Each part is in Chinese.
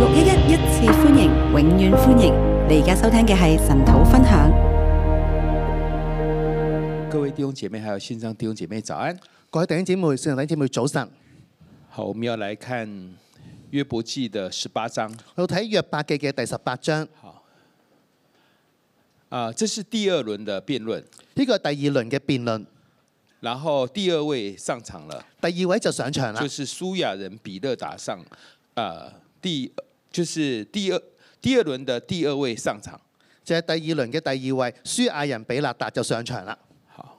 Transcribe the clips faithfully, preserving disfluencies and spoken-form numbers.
六一一一次歡迎，永遠歡迎！你而家收聽嘅係神土分享。 各位弟兄姐妹，還有線上弟兄姐妹，早安！ 各位弟兄姐妹、線上弟兄姐妹，早晨。 好，我們要來看約伯記的十八章。 我睇約伯記嘅第十八章。 好，啊，這是第二輪的辯論。 呢個係第二輪嘅辯論。 然後第二位上場了。 第二位就上場啦。 就是書亞人比勒達上，啊，第就是第二第二輪的第二位上場。 就係第二輪嘅第二位書亞人比勒達就上場啦。 好，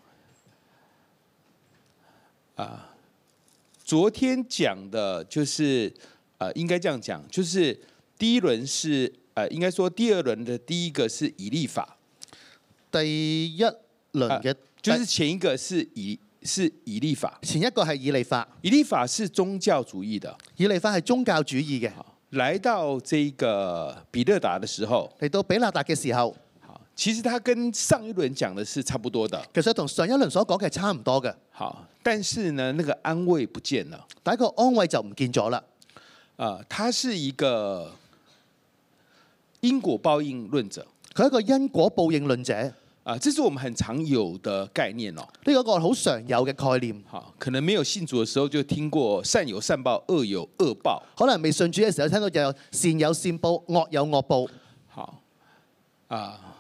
啊，昨天講的就是，呃，應該這樣講，就是第一輪是，呃，應該說第二輪的第一個是以利法， 第一輪嘅、啊、 就是前一個是以是以利法， 前一個係以利法， 以利法是宗教主義的， 以利法係宗教主義嘅。 來到這個比勒達的時候， 嚟到比勒達嘅時候， 好，其實他跟上一輪講的是差不多的， 其實同上一輪所講嘅係差唔多嘅。 好，但是呢，那個安慰不見了， 第一個安慰就唔見咗啦。 啊，他是一個因果報應論者， 佢係一個因果報應論者。 啊，這是我們很常有的概念哦。 呢個個好常有嘅概念。 好，可能沒有信主的時候就聽過善有善報，惡有惡報。 可能未信主嘅時候聽到就有善有善報，惡有惡報。 好，啊，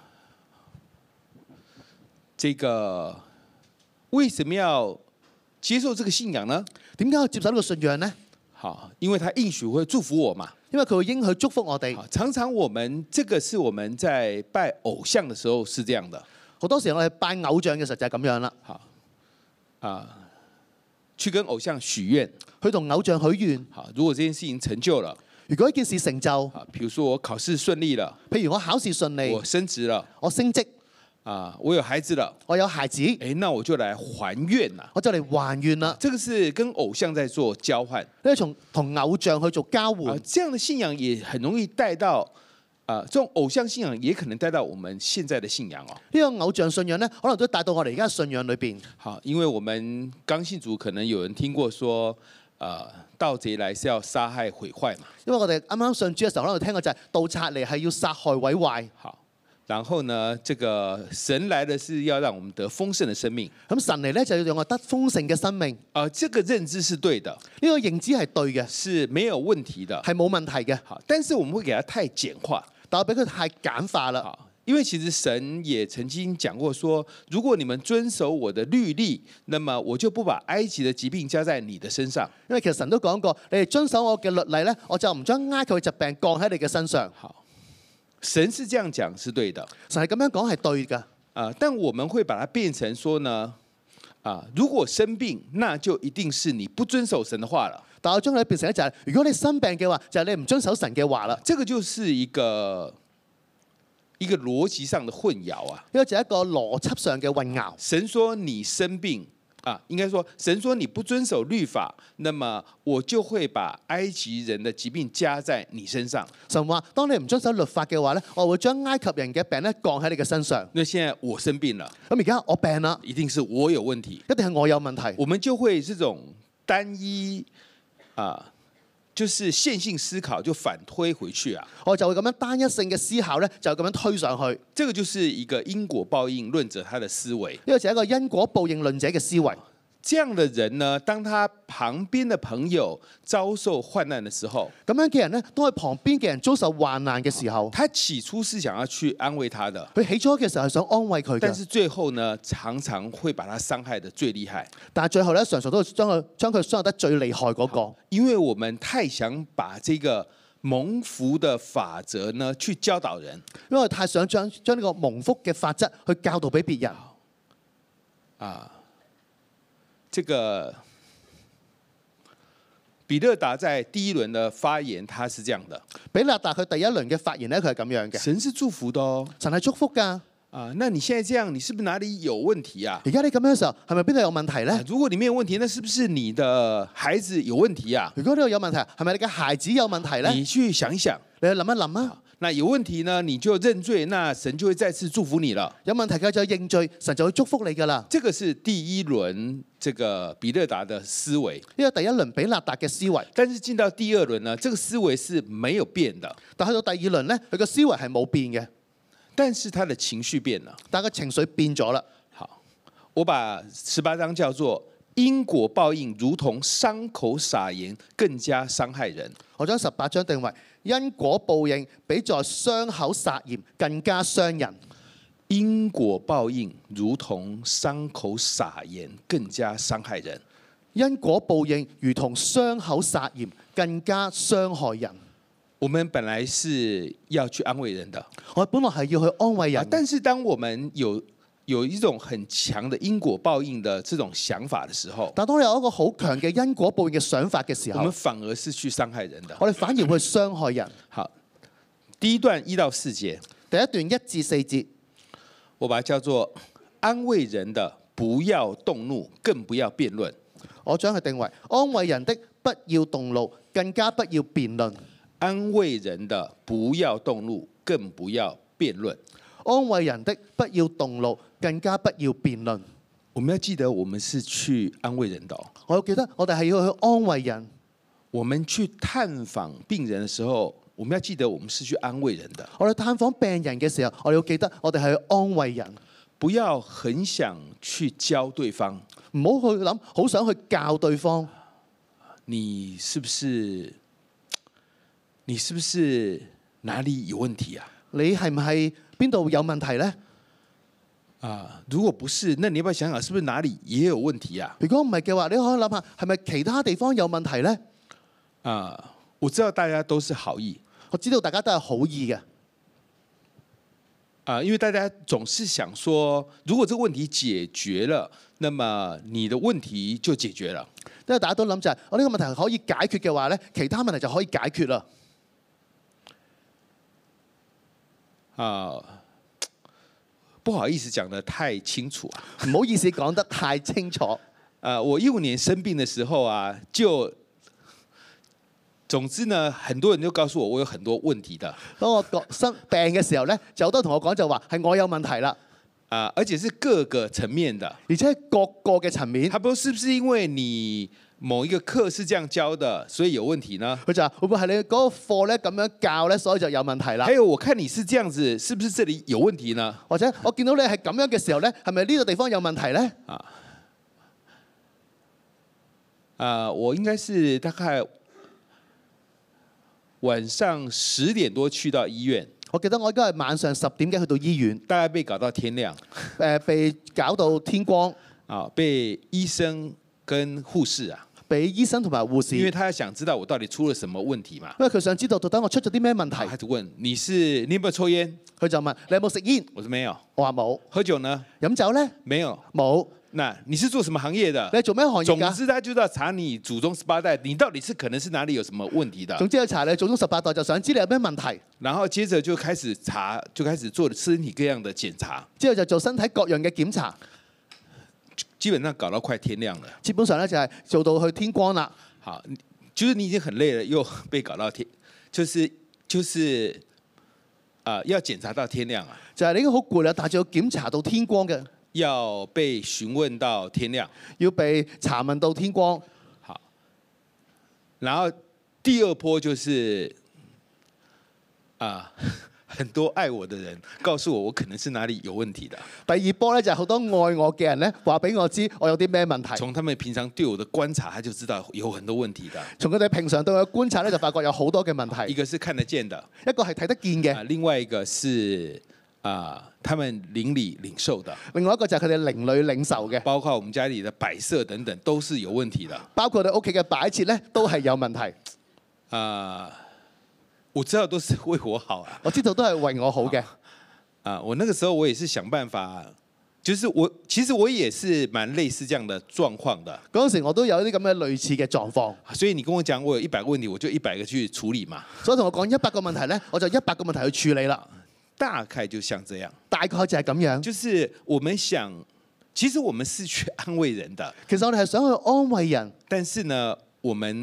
這個為什麼要接受這個信仰呢？ 點解要接受呢個信仰呢？ 好，因為他應許會祝福我嘛。 因為佢會應許祝福我哋。 常常我們這個是我們在拜偶像的時候是這樣的。 好多時我哋拜偶像嘅時候就係咁樣啦。 好，啊，去跟偶像許願， 去同偶像許願。 好，如果這件事情成就了， 如果一件事成就， 啊，譬如說我考試順利了， 譬如我考試順利， 我升職了， 我升職， 啊，我有孩子了， 我有孩子， 誒，那我就來還願啦， 我就嚟還願啦。 這個是跟偶像在做交換， 呢係從同偶像去做交換。 啊，這樣的信仰也很容易帶到。啊，這種偶像信仰也可能帶到我們現在的信仰哦。 呢個偶像信仰呢，可能都帶到我哋而家信仰裏邊。 好，因為我們剛信主，可能有人聽過說，呃，盜賊來是要殺害毀壞嘛。因為我哋啱啱信主嘅時候，可能聽過就係盜賊嚟係要殺害毀壞。 好，然後呢，這個神來的是要讓我們得豐盛的生命。 咁神嚟呢，就要讓我得豐盛嘅生命。 啊，這個認知是對的， 呢個認知係對嘅， 是沒有問題的， 係冇問題嘅。 好，但是我們會給它太簡化。 但我俾佢太簡化啦。 因為其實神也曾經講過說，如果你們遵守我的律例，那麼我就不把埃及的疾病加在你的身上。 因為其實神都講過，你哋遵守我嘅律例呢，我就唔將埃及嘅疾病降喺你嘅身上。 好，神是這樣講是對的， 神係咁樣講係對㗎。 啊，但我們會把它變成說呢，啊，如果生病，那就一定是你不遵守神的話了。 但我將佢變成就係，如果你生病嘅話，就係你唔遵守神嘅話啦。 這個就是一個一個邏輯上的混淆啊。 呢個就係一個邏輯上嘅混淆。 神說你生病啊，應該說神說你不遵守律法，那麼我就會把埃及人的疾病加在你身上。 神話，當你唔遵守律法嘅話咧，我會將埃及人嘅病咧降喺你嘅身上。 那現在我生病了， 咁而家我病啦， 一定是我有問題， 一定係我有問題。 我們就會這種單一。啊，就是線性思考就反推回去啊， 我就會咁樣單一性嘅思考咧，就咁樣推上去。 這個就是一個因果報應論者他的思維， 呢個就係一個因果報應論者嘅思維。 這樣的人呢，當他旁邊的朋友遭受患難的時候， 咁樣嘅人呢，當佢旁邊嘅人遭受患難嘅時候， 他起初是想要去安慰他的， 佢起初嘅時候係想安慰佢嘅， 但是最後呢，常常會把他傷害得最厲害。 但係最後咧，常常都會將佢將佢傷害得最厲害嗰個。 因為我們太想把這個蒙福的法則呢，去教導人， 因為我太想將將呢個蒙福嘅法則去教導俾別人啊。這個比勒達在第一輪的發言，他是這樣的。 比勒達佢第一輪嘅發言咧，佢係咁樣嘅。 神是祝福的哦， 神係祝福噶。 啊，那你現在這樣，你是不是哪裡有問題啊？ 而家你咁樣嘅時候，係咪邊度有問題咧？ 如果你沒有問題，那是不是你的孩子有問題啊？ 如果呢度有問題，係咪你嘅孩子有問題咧？ 你去想一想， 你去諗一諗啊。 那有問題呢，你就認罪，那神就會再次祝福你了。 有問題嘅就認罪，神就會祝福你噶啦。 這個是第一輪這個比勒達的思維， 呢個第一輪比勒達嘅思維， 但是進到第二輪呢，這個思維是沒有變的， 但去到第二輪呢，佢個思維係冇變嘅， 但是他的情緒變了。 但係個情緒變咗啦。 好，我把十八章叫做因果報應，如同傷口撒鹽，更加傷害人。 我將十八章定為因果報應，比在傷口撒鹽更加傷人。 因果報應如同傷口撒鹽，更加傷害人。 因果報應如同傷口撒鹽，更加傷害人。 我們本來是要去安慰人的， 我本來係要去安慰人， 啊，但是當我們有有一種很強的因果報應的這種想法的時候， 但當你有一個好強嘅因果報應嘅想法嘅時候， 我們反而是去傷害人的。 我哋反而會傷害人。 好，第一段一到四節， 第一段一至四節， 我把它叫做安慰人的，不要動怒，更不要辯論。 我將佢定為安慰人的，不要動怒，更加不要辯論。 安慰人的，不要動怒，更不要辯論。 安慰人的，不要動怒，更加不要辯論。 我們要記得，我們是去安慰人的哦。 我要記得，我哋係要去安慰人。 我們去探訪病人的時候，我們要記得，我們是去安慰人的。 我哋探訪病人嘅時候，我哋要記得，我哋係去安慰人， 不要很想去教對方。 唔好去諗，好想去教對方。 你是不是？你是不是哪裡有問題啊？ 你係唔係邊度有問題呢？ 啊，如果不是，那你要不要想想，是不是哪裡也有問題啊？ 如果唔係嘅話，你可以諗下，係咪其他地方有問題呢？ 啊，我知道大家都是好意， 我知道大家都係好意嘅。 啊，因為大家總是想說，如果這個問題解決了，那麼你的問題就解決了。 因為大家都諗就係，我呢個問題可以解決嘅話呢，其他問題就可以解決啦。 啊，不好意思講得太清楚啊， 唔好意思講得太清楚。 啊，我一五年生病的時候啊，就總之呢，很多人都告訴我我有很多問題的。 當我生病嘅時候呢，就好多同我講就話係我有問題啦。 啊，而且是各個層面的， 而且係各個嘅層面。 他不是不是因為你某一個課是這樣教的，所以有問題呢？ 佢就話會唔會係你嗰個課咧咁樣教咧，所以就有問題啦？ 還有我看你是這樣子，是不是這裡有問題呢？ 或者我見到你係咁樣嘅時候咧，係咪呢個地方有問題咧？ 啊，啊，我應該是大概晚上十點多去到醫院。 我記得我應該係晚上十點幾去到醫院， 大概被搞到天亮。 誒，被搞到天光。 啊，被醫生跟護士啊， 俾醫生同埋護士， 因為他想知道我到底出了什麼問題嘛。 因為佢想知道到底我出咗啲咩問題。 他就問你是你有冇抽煙？ 佢就問你有冇食煙？ 我說沒有。 我話冇。 喝酒呢？ 飲酒咧？ 沒有。 冇。 那你是做什麼行業的？ 你係做咩行業㗎？ 總之，他就是要查你祖宗十八代，你到底是可能是哪裡有什麼問題的。 總之要查你祖宗十八代，就想知你有咩問題。 然後接着就開始查，就開始做身體各樣的檢查。 之後就做身體各樣嘅檢查， 基本上搞到快天亮了。 基本上咧就係做到去天光啦。 好，就是你已經很累了，又被搞到天，就是就是啊、呃，要檢查到天亮啊。 就係你已經好攰啦，但係仲要檢查到天光嘅。 要被詢問到天亮， 要被查問到天光。 好，然後第二波就是啊，很多愛我的人告訴我，我可能是哪裡有問題的。 第二波咧就係好多愛我嘅人咧話俾我知我有啲咩問題。 從他們平常對我的觀察，他就知道有很多問題的。 從佢哋平常對我嘅觀察咧，就發覺有好多嘅問題。 一個是看得見的， 一個係睇得見嘅、 啊，另外一個是啊。他們鄰里領受的， 另外一個就係佢哋鄰里領受嘅， 包括我們家裡的擺設等等，都是有問題的。 包括我哋屋企嘅擺設咧，都係有問題。 啊，我知道都是為我好啊， 我知道都係為我好嘅。 啊，我那個時候我也是想辦法，就是我其實我也是蠻類似這樣的狀況的。 嗰陣時我都有啲咁嘅類似嘅狀況， 所以你跟我講我有一百個問題，我就一百個去處理嘛。 所以同我講一百個問題咧，我就一百個問題去處理啦。 大概就像這樣， 大概就係咁樣。 就是我們想，其實我們是去安慰人的。 其實我哋係想去安慰人， 但是呢，我們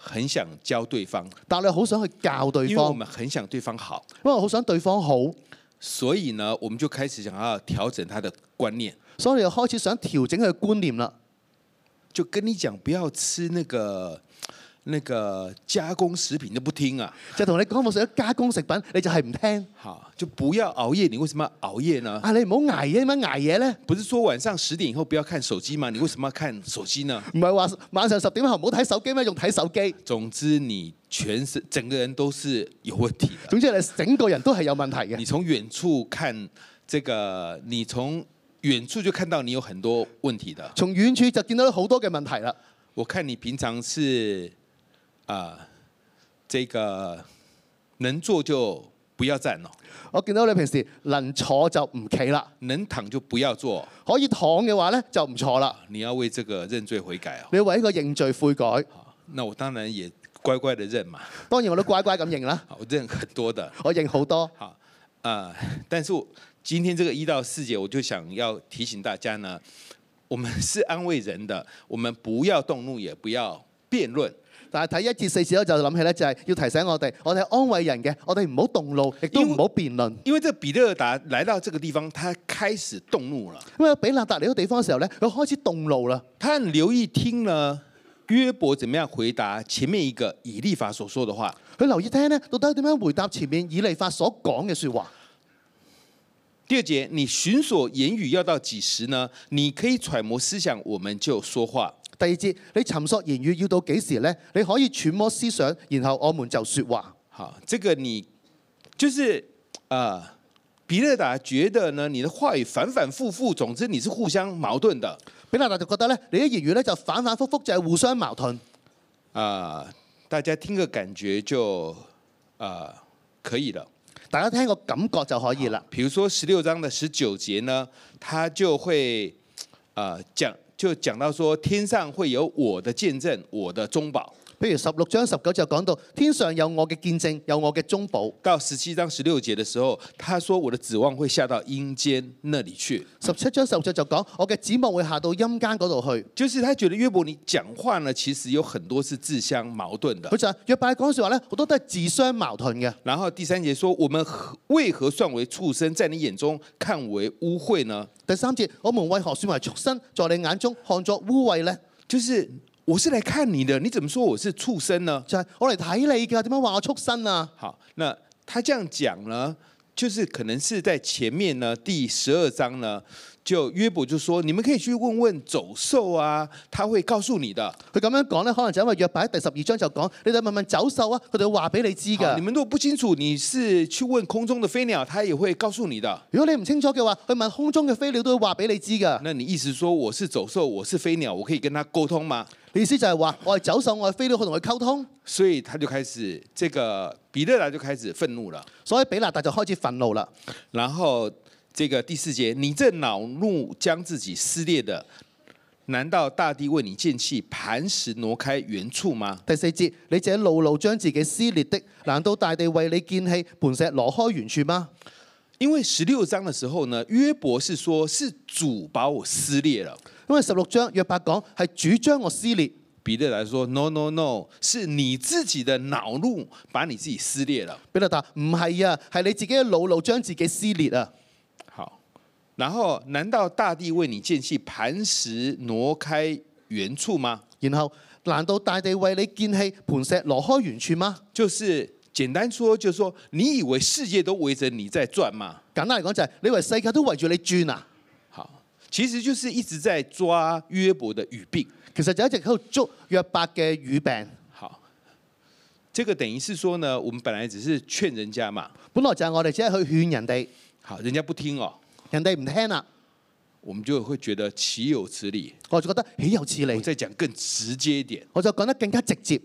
很想教對方， 但係你好想去教對方， 因為我們很想對方好， 因為我好想對方好， 所以呢，我們就開始想要調整他的觀念， 所以你就開始想調整佢嘅觀念啦。 就跟你講不要吃那個那個加工食品，就不聽啊， 就同你講冇食咗加工食品，你就係唔聽。 好，就不要熬夜，你為什麼要熬夜呢？ 啊，你唔好捱夜，點解捱夜咧？ 不是說晚上十點以後不要看手機嗎？你為什麼要看手機呢？ 唔係話晚上十點後唔好睇手機咩？用睇手機。 總之你全身整個人都是有問題的。 總之你整個人都係有問題嘅。 你從遠處看這個，你從遠處就看到你有很多問題的。 從遠處就見到好多嘅問題啦。 我看你平常是啊、呃，這個能坐就不要站咯。 我見到你平時能坐就唔企啦， 能躺就不要坐。 可以躺嘅話咧就唔坐啦。 你要為這個認罪悔改啊！ 你要為一個認罪悔改。 好，那我當然也乖乖的認嘛。 當然我都乖乖咁認啦。 我認很多的。 我認好多。 好啊、呃，但是我今天這個一到四節，我就想要提醒大家呢，我們是安慰人的，我們不要動怒，也不要辯論。 但係睇一至四節咧，就諗起咧，就係要提醒我哋，我哋係安慰人嘅，我哋唔好動怒，亦都唔好辯論。 因為這比勒達來到這個地方，他開始動怒了。 因為比勒達嚟到地方嘅時候咧，佢開始動怒啦。 他很留意聽呢約伯怎麼樣回答前面一個以利法所說的話。 佢留意聽呢，到底點樣回答前面以利法所講嘅説話。 第二節，你尋索言語要到幾時呢？你可以揣摩思想，我們就說話。 第二節，你尋索言語要到幾時呢？你可以揣摩思想，然後我們就説話。 好，這個你就是啊、呃，比勒達覺得呢，你的話語反反复复，總之你是互相矛盾的。 比勒達就覺得咧，你啲言語咧就反反覆覆，就係互相矛盾。 啊、呃，大家聽個感覺就啊、呃、可以了。 大家聽個感覺就可以啦。 譬如說十六章的十九節呢，他就會啊、呃、講，就講到說天上會有我的見證，我的中保。 譬如十六章十九就講到天上有我嘅見證，有我嘅中保。 到十七章十六節的時候，他說我的指望會下到陰間那裡去。 十七章十六節就講我嘅指望會下到陰間嗰度去。 就是他覺得約伯你講話呢，其實有很多是自相矛盾的。 佢就係約伯講説話咧，好多都係自相矛盾嘅。 然後第三節說，我們為何算為畜生，在你眼中看為污穢呢？ 第三節，我們為何算為畜生，在你眼中看作污穢呢？ 就是我是來看你的，你怎麼說我是畜生呢？ 就係我嚟睇你㗎，點解話我畜生啊？ 好，那他這樣講呢，就是可能是在前面呢第十二章呢，就約伯就說，你們可以去問問走獸啊，他會告訴你的。 佢咁樣講咧，可能就因為約伯喺第十二章就講，你哋問問走獸啊，佢哋會話俾你知㗎。 你們如果不清楚，你是去問空中的飛鳥，他也會告訴你的。 如果你唔清楚嘅話，去問空中嘅飛鳥都會話俾你知㗎。 那你意思說我是走獸，我是飛鳥，我可以跟他溝通嗎？ 意思就係話我係走獸，我係飛鳥，去同佢溝通。 所以他就開始，這個比勒達就開始憤怒了。 所以比勒達就開始憤怒啦。 然後這個第四節，你這惱怒將自己撕裂的，難道大地為你見棄，磐石挪開原處嗎？ 第四節，你這怒怒將自己撕裂的，難道大地為你見棄，磐石挪開原處嗎？ 因為十六章的時候呢，約伯是說是主把我撕裂了。 因為十六章約伯講係主將我撕裂， 比勒達說 no no no，是你自己的惱怒把你自己撕裂了。 比勒達唔係啊，係你自己嘅惱怒將自己撕裂啊。 好，然後難道大地為你見棄，磐石挪開原處嗎？ 然後難道大地為你見棄，磐石挪開原處嗎？ 就是簡單說，就是說你以為世界都圍着你在轉嗎？ 簡單嚟講就係你以為世界都圍住你轉啊？ 好，其實就是一直在抓約伯的語病。 其實就一直喺度捉約伯嘅語病。 好，這個等於是說呢，我們本來只是勸人家嘛， 本來就係我哋只係去勸人哋， 好，人家不聽哦， 人哋唔聽啦， 我們就會覺得豈有此理。 我就覺得豈有此理。 我再講更直接一點， 我就講得更加直接。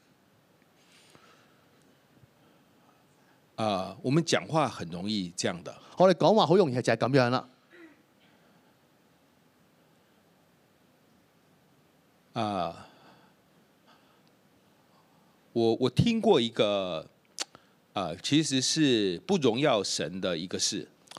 啊、呃，我們講話很容易這樣的， 我哋講話好容易就係咁樣啦。 啊、呃，我我聽過一個，啊、呃，其實是不榮耀神的一個事。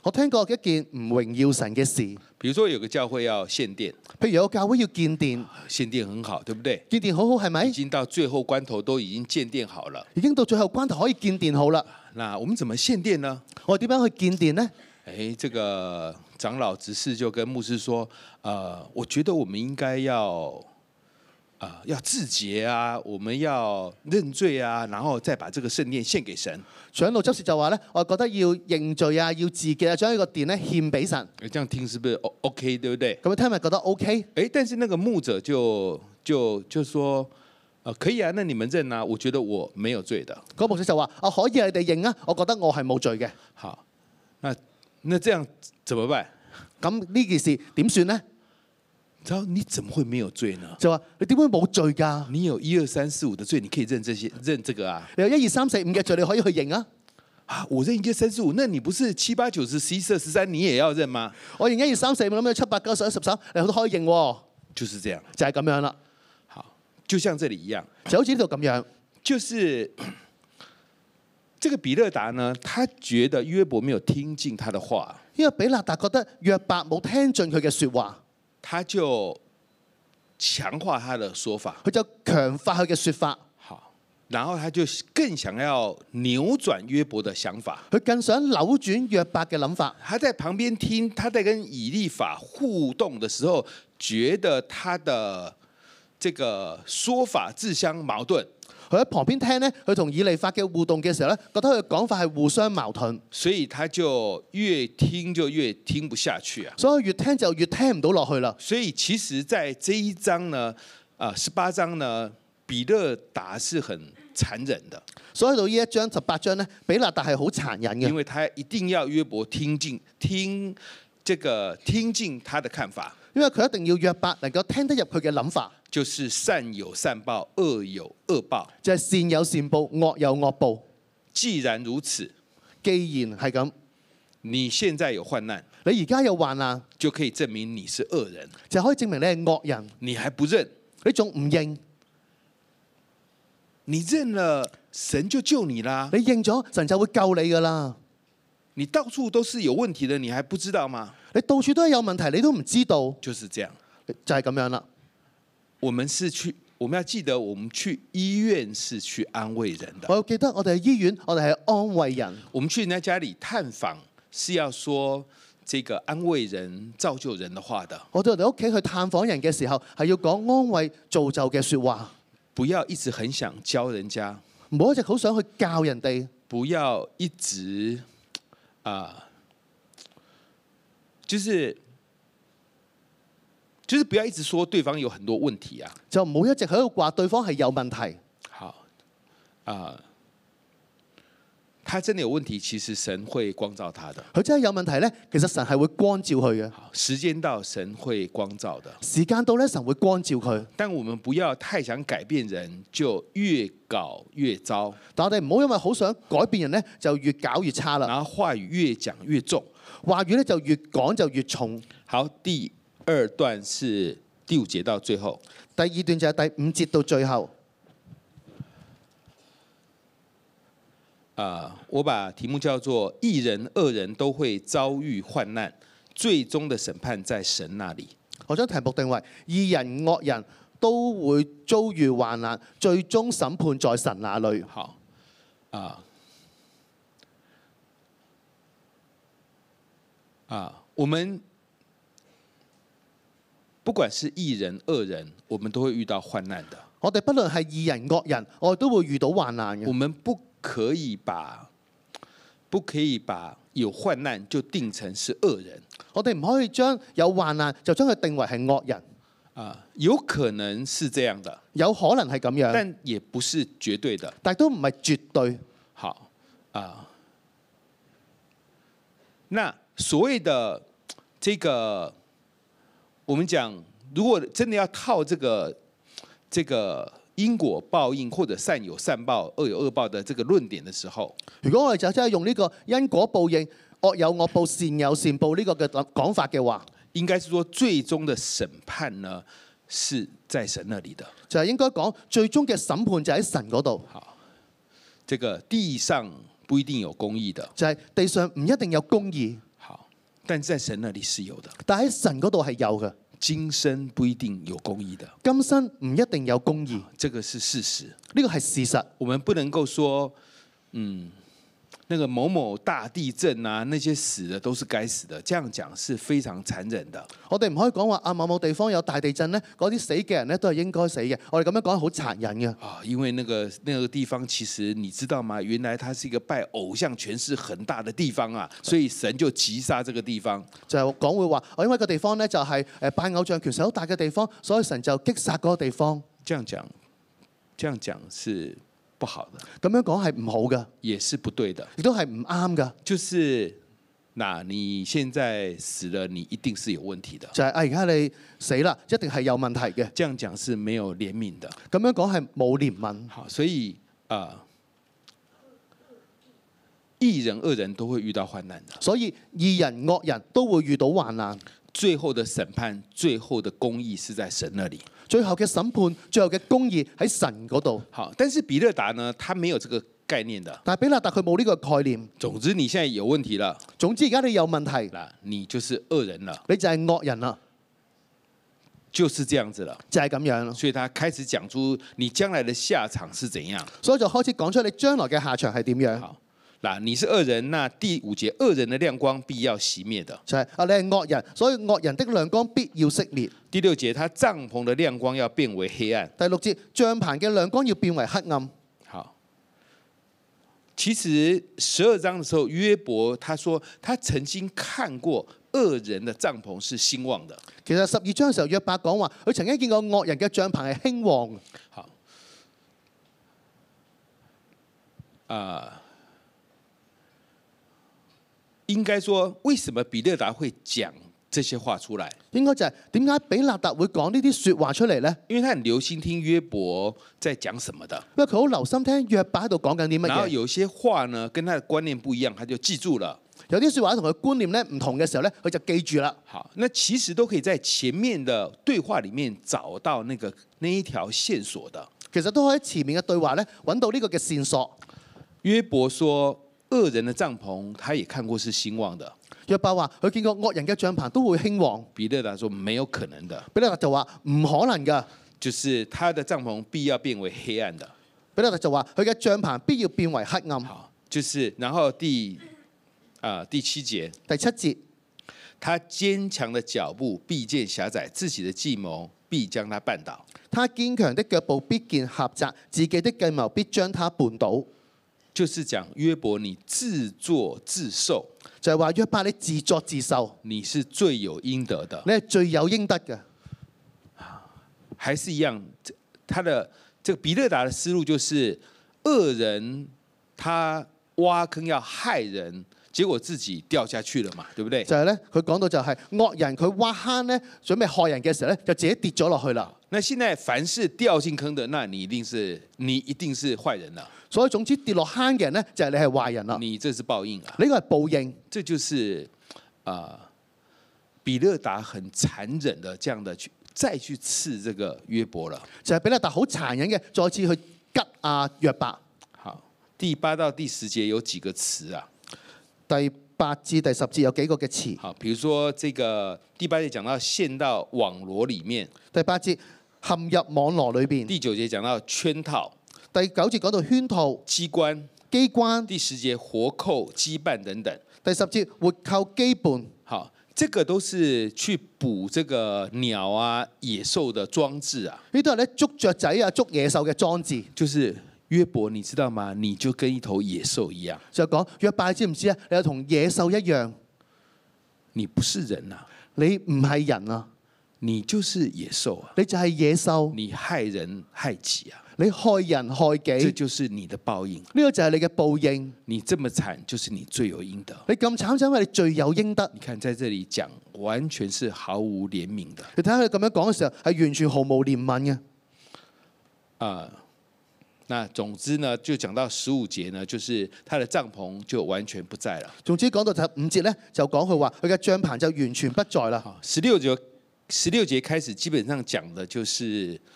我聽過一件唔榮耀神嘅事， 比如說有個教會要獻殿， 譬如有個教會要建殿， 獻殿很好，對不對？ 建殿好好係咪已？經到最後關頭都已經建殿好了， 已經到最後關頭可以建殿好啦。 那我們怎麼獻殿呢？ 我點樣去建殿呢？ 誒，這個長老執事就跟牧師說，呃，我覺得我們應該要。啊，要自潔啊，我們要認罪啊，然後再把這個聖殿獻給神。 長老執事就話咧，我覺得要認罪啊，要自潔啊，將呢個殿咧獻俾神。 誒，這樣聽是不是 OK， 對不對？ 咁你聽咪覺得 OK？ 誒，但是那個牧者就就就說，呃，可以啊，那你們認啊，我覺得我沒有罪的。 嗰牧師就話：啊，可以啊，你哋認啊，我覺得我係冇罪嘅。 好，那那這樣怎麼辦？ 咁呢件事點算呢？ 然後你怎麼會沒有罪呢？ 就話你點會冇罪㗎？ 你有一二三四五的罪，你可以認這些認這個啊。 你有一二三四五嘅罪，你可以去認啊。 啊，我認一二三四五，那你不是七八九十十一十二十三，你也要認嗎？ 我認一二三四五，諗住七八九十一十三，你都可以認喎。 就是這樣， 就係咁樣啦。 好，就像這裡一樣， 就好似呢度咁樣， 就是這個比勒達呢，他覺得約伯沒有聽進他的話， 因為比勒達覺得約伯冇聽進佢嘅説話。 他就強化他的說法， 佢就強化佢嘅説法， 好，然後他就更想要扭轉約伯的想法， 佢更想扭轉約伯嘅諗法。 他在旁邊聽，他在跟以利法互動的時候，覺得他的這個說法自相矛盾。 佢喺旁邊聽呢，佢同以利法嘅互動嘅時候咧，覺得佢嘅講法係互相矛盾， 所以他就越聽就越聽不下去啊！ 所以越聽就越聽唔到落去啦。 所以其實，在這一章呢，啊十八章呢，比勒達是很殘忍的。 所以到呢一章十八章呢，比勒達係好殘忍嘅， 因為他一定要約伯聽進聽這個聽進他的看法， 因為佢一定要約伯能夠聽得入佢嘅諗法， 就是善有善報，惡有惡報。 就係善有善報，惡有惡報。 既然如此， 既然係咁， 你現在有患難， 你而家有患難， 就可以證明你是惡人， 就可以證明你係惡人。 你還不認， 你仲唔認？ 你認了，神就救你啦。 你認咗，神就會救你噶啦。 你到處都是有問題的，你還不知道嗎？ 你到處都係有問題，你都唔知道， 就是這樣， 就係咁樣啦。 我們是去，我們要記得，我們去醫院是去安慰人的。 我記得我哋喺醫院，我哋係安慰人。 我們去人家家裡探訪，是要說這個安慰人、造就人的話的。 我到我哋屋企去探訪人嘅時候，係要講安慰造就嘅說話， 不要一直很想教人家， 唔好一直好想去教人哋， 不要一直啊、呃，就是就是不要一直說對方有很多問題啊， 就唔好一直喺度話對方係有問題。 好啊。呃他真的有問題，其實神會光照他的。 佢真係有問題呢，其實神係會光照佢嘅。 時間到，神會光照的。 時間到呢，神會光照佢。 但我們不要太想改變人，就越搞越糟。 但我哋唔好因為好想改變人呢，就越搞越差啦。 然後話語越講越重， 話語呢就越講就越重。 好，第二段是第五節到最後。 第二段就係第五節到最後。 啊、uh, 我把題目叫做義人惡人都會遭遇患難，最終的審判在神那裡。 我將題目定為義人惡人都會遭遇患難，最終審判在神那裡。 好啊啊，uh, uh, 我們不管是義人惡人，我們都會遇到患難的。 我哋不論係義人惡人，我哋都會遇到患難嘅。 我們不可以把不可以把有患難就定成是惡人。 我哋唔可以將有患難就將佢定為係惡人。 啊，有可能是這樣的， 有可能係咁樣， 但也不是絕對的。 但都唔係絕對。 好啊，那所謂的這個，我們講，如果真的要套這個這個。因果報應或者善有善報、惡有惡報的這個論點的時候， 如果我哋就真係用呢個因果報應、惡有惡報、善有善報呢個嘅講法嘅話， 應該是說最終的審判呢是在神那裡的， 就係應該講最終嘅審判就喺神嗰度。 好，這個地上不一定有公義的， 就係地上唔一定有公義。 好但在神那里是有的。 但喺神嗰度係有嘅。 今生不一定有公義的， 今生唔一定有公義， 這個是事實。 呢個係事實。 我們不能夠說，嗯，那個某某大地震啊，那些死的都是該死的，這樣講是非常殘忍的。 我哋唔可以講話啊某某地方有大地震呢，嗰啲死嘅人呢都係應該死嘅。我哋咁樣講係好殘忍嘅。 啊，因為那個那個地方其實你知道嗎？原來它是一個拜偶像權勢很大的地方啊，所以神就擊殺這個地方。 就係講會話，我因為個地方呢就係誒拜偶像權勢好大嘅地方，所以神就擊殺嗰個地方。 這樣講，這樣講是不好的， 咁樣講係唔好嘅， 也是不對的， 亦都係唔啱嘅。 就是嗱，你現在死了，你一定是有問題的。 就係啊，而家你死啦，一定係有問題嘅。 這樣講是沒有憐憫的。 咁樣講係冇憐憫。 好，所以啊、呃，義人惡人都會遇到患難的。 所以義人惡人都會遇到患難。 最後的審判，最後的公義是在神那裡。 最後嘅審判，最後嘅公義喺神嗰度。 好，但是比勒達呢，他沒有這個概念的。 但係比勒達佢冇呢個概念。 總之你現在有問題了。 總之而家你有問題， 嗱，你就是惡人了， 你就係惡人啦， 就是這樣子了， 就係咁樣。 所以他開始講出你將來的下場是怎樣。 所以就開始講出你將來嘅下場係點樣。 好，嗱，你是惡人，那第五節，惡人的亮光必要熄滅的。 就係啊，你係惡人，所以惡人的亮光必要熄滅。 第六節，他帳篷的亮光要變為黑暗。 第六節，帳棚嘅亮光要變為黑暗。 好，其實十二章的時候，約伯他說他曾經看過惡人的帳篷是興旺的。 其實十二章嘅時候，約伯講話，佢曾經見過惡人嘅帳棚係興旺。 好，啊、呃。應該說，為什麼比勒達會講這些話出來？ 應該就係點解比勒達會講呢啲説話出嚟呢？ 因為他很留心聽約伯在講什麼的。 因為佢好留心聽約伯喺度講緊啲乜嘢。 然後有些話呢，跟他的觀念不一樣，他就記住了。 有啲説話同佢觀念咧唔同嘅時候咧，佢就記住啦。 好，那其實都可以在前面的對話裡面找到那個那一條線索的。 其實都可以喺前面嘅對話咧揾到呢個嘅線索。 約伯說，惡人的帳篷，他也看過是興旺的。 約伯話佢見過惡人嘅帳篷都會興旺。 比勒達說沒有可能的。 比勒達就話唔可能㗎， 就是他的帳篷必要變為黑暗的。 比勒達就話佢嘅帳篷必要變為黑暗。 好，就是然後第啊、呃、第七節， 第七節， 他堅強的腳步必見狹窄，自己的計謀必將他絆倒。 他堅強的腳步必見狹窄，自己的計謀必將他絆倒。 就是講約伯，你自作自受， 就係話約伯你自作自受， 你是罪有應得的， 你係罪有應得嘅。 還是一樣，他的這個比勒達的思路就是惡人他挖坑要害人，結果自己掉下去了嘛，對不對？ 就係咧，佢講到就係惡人佢挖坑咧，準備害人嘅時候咧，就自己跌咗落去啦。 那現在凡是掉進坑的，那你一定是你一定是壞人啦。 所以總之跌落坑嘅人咧，就係你係壞人啦。 你這是報應啊！ 呢個係報應， 這就是啊、呃，比勒達很殘忍的這樣的去再去刺這個約伯了。 就係比勒達好殘忍嘅，再次去吉阿約伯。 好，第八到第十節有幾個詞啊？ 第八至第十節有幾個嘅詞。 好，比如說這個第八節講到陷到網羅裡面， 第八節陷入網羅裏邊。 第九節講到圈套， 第九節講到圈套、 機關、 機關。 第十節活扣、羈絆等等。 第十節活扣、羈絆。 好，這個都是去捕這個鳥啊、野獸的裝置啊。 呢都係咧捉雀仔啊、捉野獸嘅裝置。 就是約伯，你知道嗎？你就跟一頭野獸一樣。 就講約伯，你知唔知啊？你又同野獸一樣， 你不是人啊， 你唔係人啊， 你就是野獸啊， 你就係野獸， 你害人害己啊， 你害人害己， 這就是你的報應。 呢個就係你嘅報應。 你這麼慘，就是你罪有應得。 你咁慘就因為你罪有應得。 你看在這裡講，完全是毫無憐憫的。 你睇下佢咁樣講嘅時候，係完全毫無憐憫嘅。 啊、呃，那總之呢，就講到十五節呢，就是他的帳篷就完全不在了。 總之講到第五節咧，就講佢話佢嘅帳棚就完全不在啦。 十六節十六節開始，基本上講的就是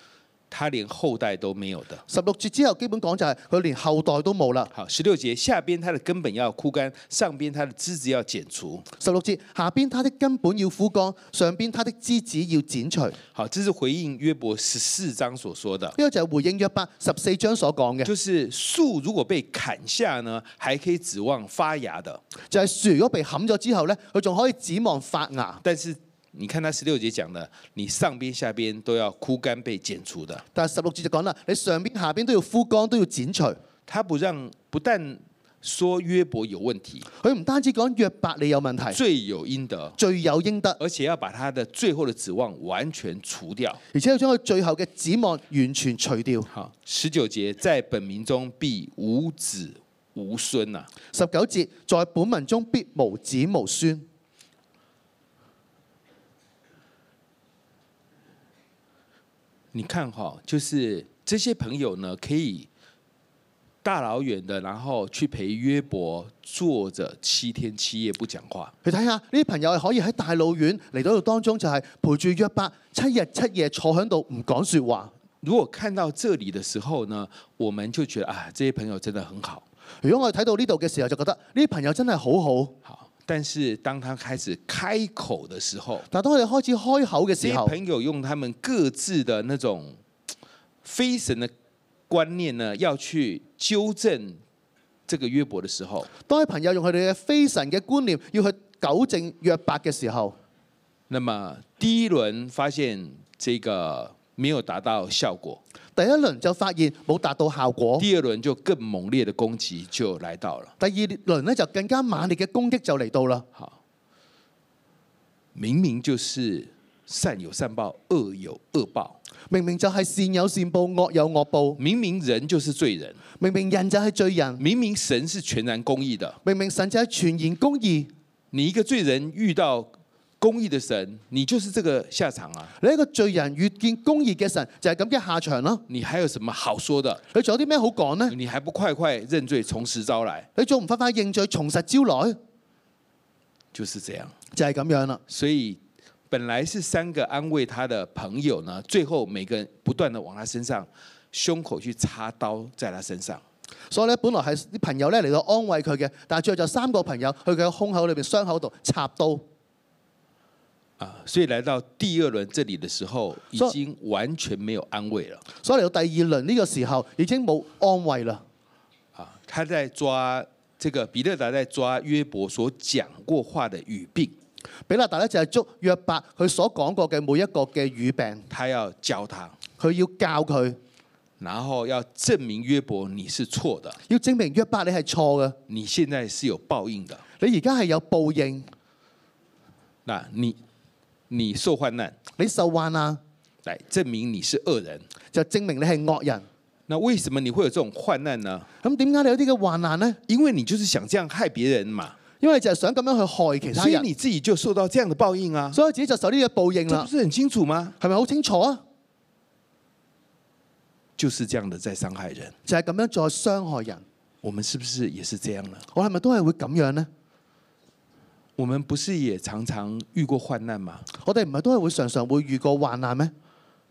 他連後代都沒有的。 十六節之後基本講就係佢連後代都冇啦。 好，十六節下邊它的根本要枯乾，上邊它的枝子要剪除。 十六節下邊它的根本要枯乾，上邊它的枝子要剪除。 好，這是回應約伯十四章所說的。 呢個就係回應約伯十四章所講嘅， 就是樹如果被砍下呢，還可以指望發芽的。 就係樹如果被砍咗之後呢，佢仲可以指望發芽。 但是你看他十六節講的，你上邊下邊都要枯乾被剪除的。 但係十六節就講啦，你上邊下邊都要枯乾，都要剪除。 他不讓，不但說約伯有問題， 佢唔單止講約伯你有問題， 罪有應得， 罪有應得， 而且要把他的最後的指望完全除掉， 而且要將佢最後嘅指望完全除掉。 好，十九節在本民中必無子無孫啊。 十九節在本民中必無子無孫。 你看哈，就是這些朋友呢，可以大老遠的，然後去陪約伯坐着七天七夜不講話。 你睇下呢啲朋友係可以喺大老遠嚟到度當中，就係陪住約伯七日七夜坐喺度唔講説話。 如果看到這裡的時候呢，我們就覺得啊，這些朋友真的很好。 如果我哋睇到呢度嘅時候，就覺得呢啲朋友真係好好。 好。但是當他開始開口的時候， 但當佢哋開始開口嘅時候， 這些朋友用他們各自的那種非神的觀念呢，要去糾正這個約伯的時候， 當啲朋友用佢哋嘅非神嘅觀念要去糾正約伯嘅時候， 那麼第一輪發現這個沒有達到效果， 第一輪就發現冇達到效果， 第二輪就更猛烈的攻擊就來到了。 第二輪呢就更加猛烈嘅攻擊就嚟到啦。 好，明明就是善有善報，惡有惡報。 明明就係善有善報，惡有惡報。 明明人就是罪人， 明明人就係罪人。 明明神是全然公義的， 明明神就係全然公義。 你一個罪人遇到公義的神，你就是這個下場啊！ 你一個罪人遇見公義嘅神，就係咁嘅下場咯。 你還有什麼好說的？ 你仲有啲咩好講呢？ 你還不快快認罪，從實招來？ 你仲唔快快認罪，從實招來？ 就是這樣， 就係咁樣啦。 所以本來是三個安慰他的朋友呢，最後每個人不斷的往他身上胸口去插刀，在他身上。 所以咧，本來係啲朋友咧嚟到安慰佢嘅，但係最後就三個朋友去佢嘅胸口裏邊傷口度插刀。 啊，所以來到第二輪這裡的時候，已經完全沒有安慰了。 所以嚟到第二輪呢個時候，已經冇安慰啦。 啊，他在抓這個比勒達在抓約伯所講過話的語病。 比勒達咧就係捉約伯佢所講過嘅每一個嘅語病， 他要教他， 佢要教佢， 然後要證明約伯你是錯的， 要證明約伯你係錯嘅， 你現在是有報應的， 你而家係有報應。 那你你受患難， 你受患難， 來證明你是惡人， 就證明你係惡人。 那為什麼你會有這種患難呢？ 咁點解你有啲嘅患難呢？ 因為你就是想這樣害別人嘛， 因為你就係想咁樣去害其他人， 所以你自己就受到這樣的報應啊， 所以自己就受呢個報應啦。 這不是很清楚嗎？ 係咪好清楚啊？ 就是這樣的在傷害人， 就係咁樣再傷害人。 我們是不是也是這樣呢？ 我係咪都係會咁樣呢？ 我們不是也常常遇過患難嗎？ 我哋唔係都係會常常會遇過患難咩？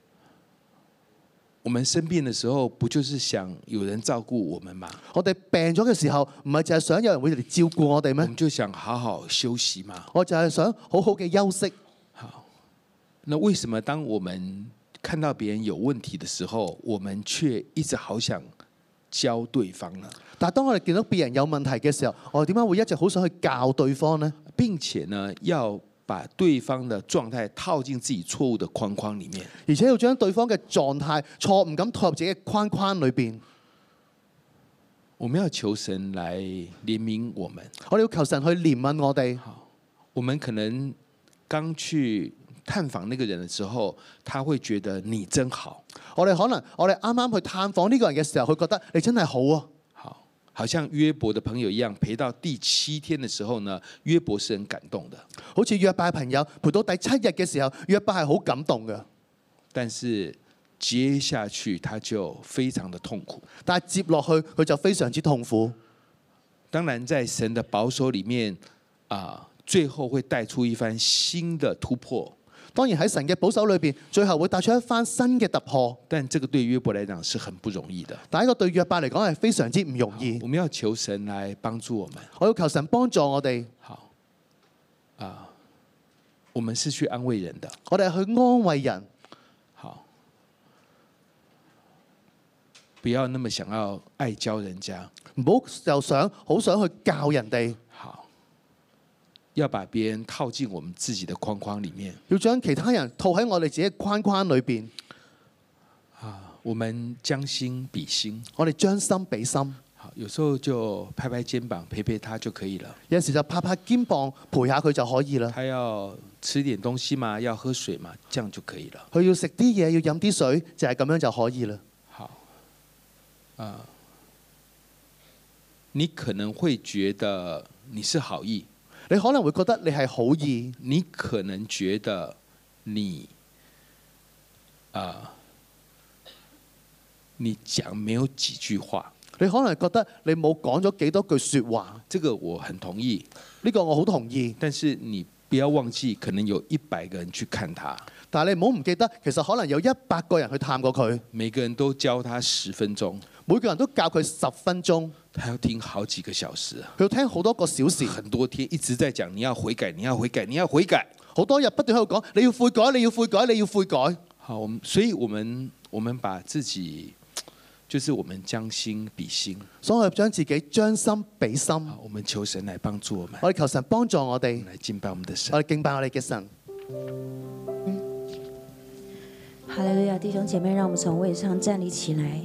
我們生病的時候，不就是想有人照顧我們嗎？ 我哋病咗嘅時候，唔係就係想有人會嚟照顧我哋咩？ 我們就想好好休息嘛。 我就係想好好嘅休息。 好，那為什麼當我們看到別人有問題的時候，我們卻一直好想教對方呢？ 但係當我哋見到別人有問題嘅時候，我哋點解會一直好想去教對方呢？ 並且呢，要把對方的狀態套進自己錯誤的框框裡面， 而且要將對方嘅狀態錯誤咁套入自己嘅框框裏邊。 我們要求神來憐憫我們。 我哋要求神去憐憫我哋。 好，我們可能剛去探訪那個人的時候，他會覺得你真好。 我哋可能我哋啱啱去探訪呢個人嘅時候，佢覺得你真係好啊。 好，好像約伯的朋友一樣，陪到第七天的時候呢，約伯是很感動的。 好似約伯嘅朋友陪到第七日嘅時候，約伯係好感動嘅。 但是接下去他就非常的痛苦。 但係接落去佢就非常之痛苦。 當然，在神的保守裡面，啊，最後會帶出一番新的突破。 當然喺神嘅保守裏邊，最後會帶出一番新嘅突破。 但這個對約伯來講是很不容易的。 但係呢個對約伯嚟講係非常之唔容易。 我們要求神來幫助我們。 我要求神幫助我哋。 好，啊，我們是去安慰人的。 我哋去安慰人。 好，不要那麼想要愛教人家。 唔好又想好想去教人哋。 好，要把別人套進我們自己的框框裡面。 要將其他人套喺我哋自己嘅框框裏邊。 啊，我們將心比心。 我哋將心比心。 好，有時候就拍拍肩膀陪陪他就可以了。 有時就拍拍肩膀陪下佢就可以啦。 他要吃點東西嘛，要喝水嘛，這樣就可以了。 佢要食啲嘢，要飲啲水，就係咁樣就可以啦。 好，啊。你可能會覺得你是好意， 你可能會覺得你係好意， 你可能覺得你啊、呃，你講沒有幾句話， 你可能覺得你冇講咗幾多句說話。 這個我很同意， 呢個我好同意。 但是你不要忘記，可能有一百個人去看他， 但係你唔好唔記得，其實可能有一百個人去探過佢， 每個人都教他十分鐘， 每個人都教佢十分鐘。 他要聽好幾個小時， 佢要聽好多個小時， 很多天一直在講你要悔改，你要悔改，你要悔改， 好多日不斷喺度講你要悔改，你要悔改，你要悔改。 好，我們所以我們我們把自己，就是我們將心比心， 所以我哋將自己將心比心。 好，我們求神來幫助我們， 我哋求神幫助我哋， 來敬拜我們的神， 我哋敬拜我哋嘅神。 哈利路亞，弟兄姐妹，讓我們從位置上站立起來。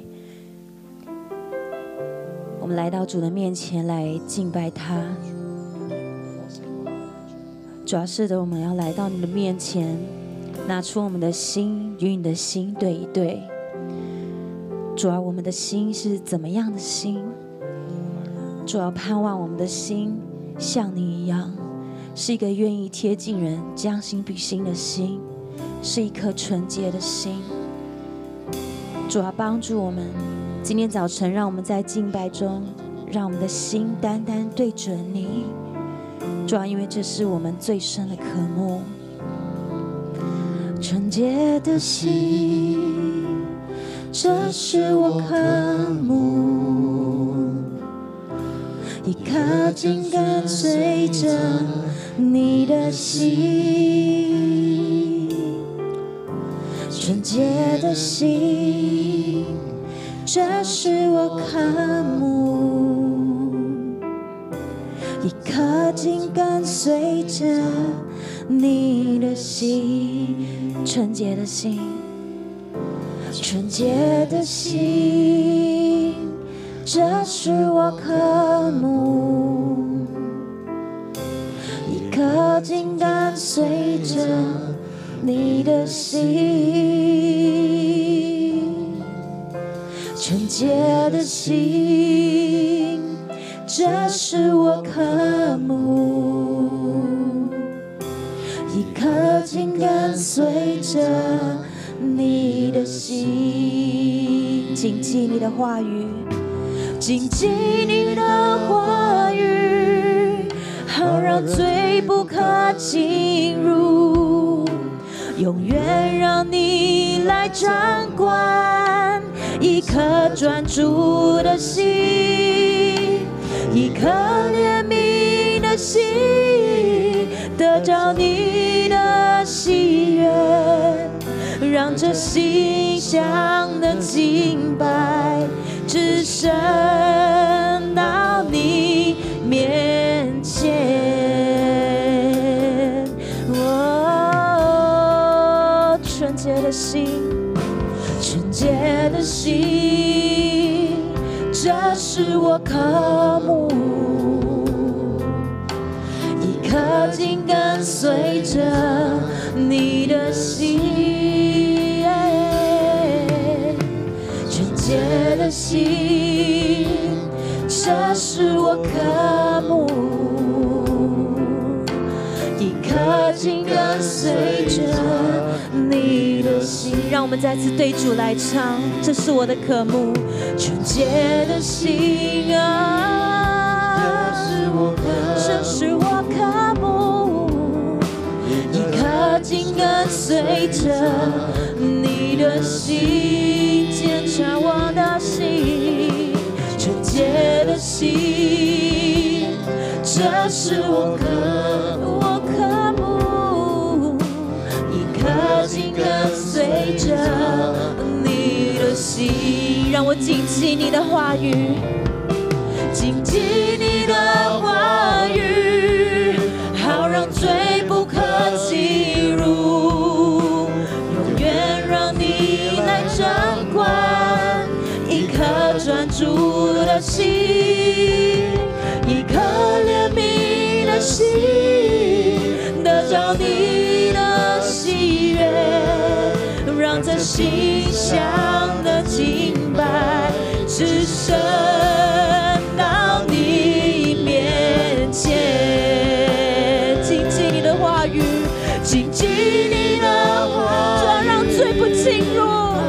我們來到主的面前來敬拜他。主要是的，我們要來到你的面前，拿出我們的心，與你的心對一對。主啊，我們的心是怎麼樣的心？主要盼望我們的心像你一樣，是一個願意貼近人、將心比心的心，是一顆純潔的心。主啊，幫助我們。今天早晨，讓我們在敬拜中，讓我們的心單單對準你。主啊，因為這是我們最深的渴慕。純潔的心，這是我渴慕。一顆心跟隨着你的心，純潔的心。這是我渴慕，一顆心跟隨着你的心，純潔的心，純潔的心，這是我渴慕，一顆心跟隨着你的心。純潔的心，這是我渴慕，一顆心跟隨着你的心。謹記你的話語，謹記你的話語，好讓罪不可進入，永遠讓你來掌管。一顆專注的心，一顆憐憫的心，得着你的喜悅，讓這心香的敬拜只升到你面前。哦，純潔的心。純潔的心，這是我渴慕，一顆心跟隨着你的心。純潔的心，這是我渴慕，一顆心跟隨着你的心。讓我們再次對主來唱，這是我的渴慕，純潔的心啊，這是我渴慕，一顆心跟隨隨着你的心，檢查我的心，純潔的心，這是我渴我渴慕，一顆心跟隨着你的心，讓我謹記你的話語，謹記你的話語，好讓罪不可進入，永遠讓你來掌管，一顆專注的心，一顆憐憫的心，得着你的喜悅，讓這馨香的敬拜只升到你面前，謹記你的話語，謹記你的話，主要讓罪不進入，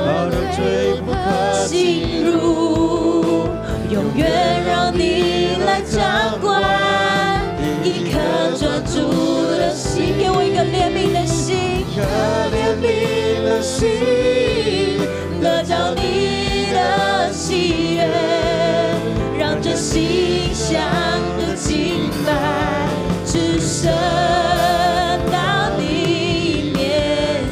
進入，永遠讓你來掌管，一顆專注的心，給我一個憐憫的心，一顆憐憫的心，得着你的喜悅，讓這馨香的敬拜只升到你面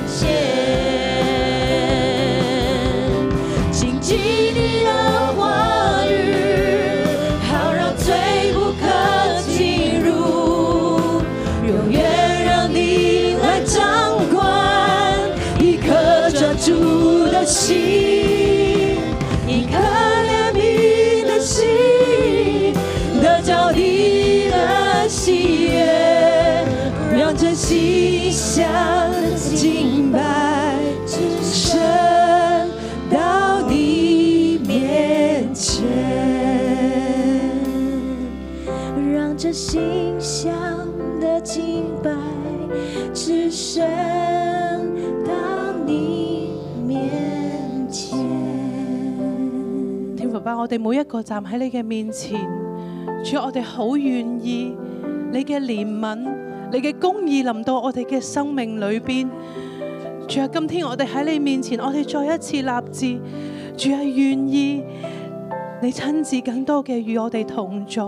前，謹記你的話語，好讓罪不可進入，永遠讓你來掌管，一顆專注的心，一顆憐憫的心，得着你的喜悅，讓這馨香的敬拜只升到你面前，讓這馨香的敬拜只升到你面前。 天父爸，我哋每一個站喺你嘅面前，主，我哋好願意你嘅憐憫、你嘅公義臨到我哋嘅生命裏邊。主啊，今天我哋喺你面前，我哋再一次立志，主係願意你親自更多嘅與我哋同在。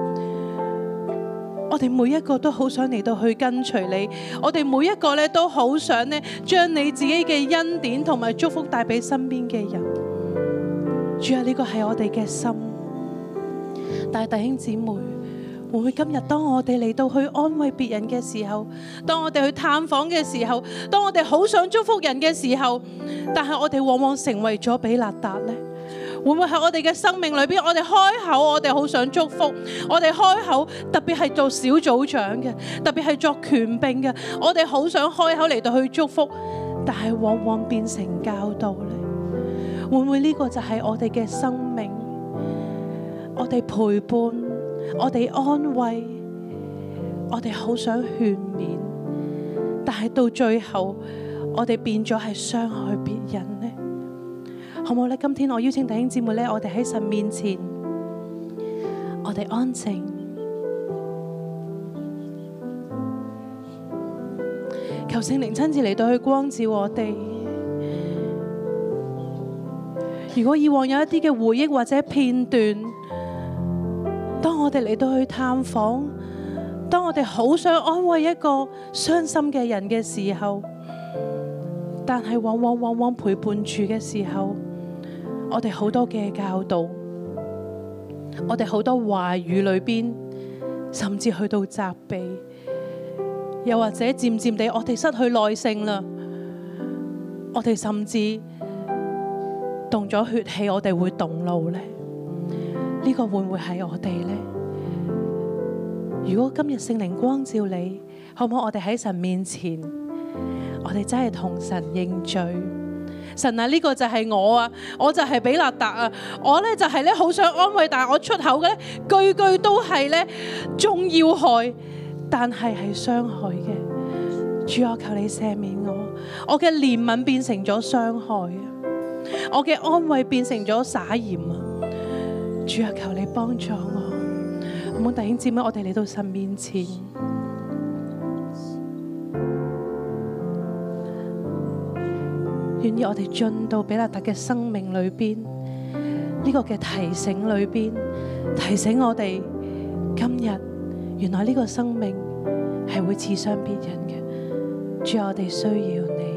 我哋每一個都好想嚟到去跟隨你，我哋每一個咧都好想咧將你自己嘅恩典同埋祝福帶俾身邊嘅人。主啊，呢個係我哋嘅心。但係弟兄姊妹，會唔會今日當我哋嚟到去安慰別人嘅時候，當我哋去探訪嘅時候，當我哋好想祝福人嘅時候，但係我哋往往成為咗比勒達呢？會唔會喺我哋嘅生命裏邊，我哋開口，我哋好想祝福，我哋開口，特別係做小組長嘅，特別係作權柄嘅，我哋好想開口嚟到去祝福，但係往往變成教導呢？會唔會呢個就係我哋嘅生命？我哋陪伴，我哋安慰，我哋好想勸勉，但係到最後，我哋變咗係傷害別人呢？好唔好咧？今天我邀請弟兄姊妹咧，我哋喺神面前，我哋安靜，求聖靈親自嚟到去光照我哋。如果以往有一啲嘅回憶或者片段，當我哋嚟到去探訪，當我哋好想安慰一個傷心嘅人嘅時候，但係往往往往陪伴住嘅時候，我哋好多嘅教導，我哋好多話語裏邊，甚至去到責備，又或者漸漸地我哋失去耐性啦，我哋甚至動咗血氣，我哋會動怒呢？呢個會唔會係我哋呢？如果今日聖靈光照你，可唔可以我哋喺神面前，我哋真係同神認罪？神啊，呢個就係我啊，我就係比勒達啊，我咧就係咧好想安慰，但係我出口嘅咧句句都係咧中要害，但係係傷害嘅。主，我求你赦免我，我嘅憐憫變成咗傷害啊，我嘅安慰變成咗撒鹽啊。主啊，求你幫助我，好唔好？弟兄姊妹，我哋嚟到神面前， 願意我哋進到比勒達嘅生命裏邊，呢個嘅提醒裏邊，提醒我哋今日原來呢個生命係會刺傷別人嘅。主啊，我哋需要你。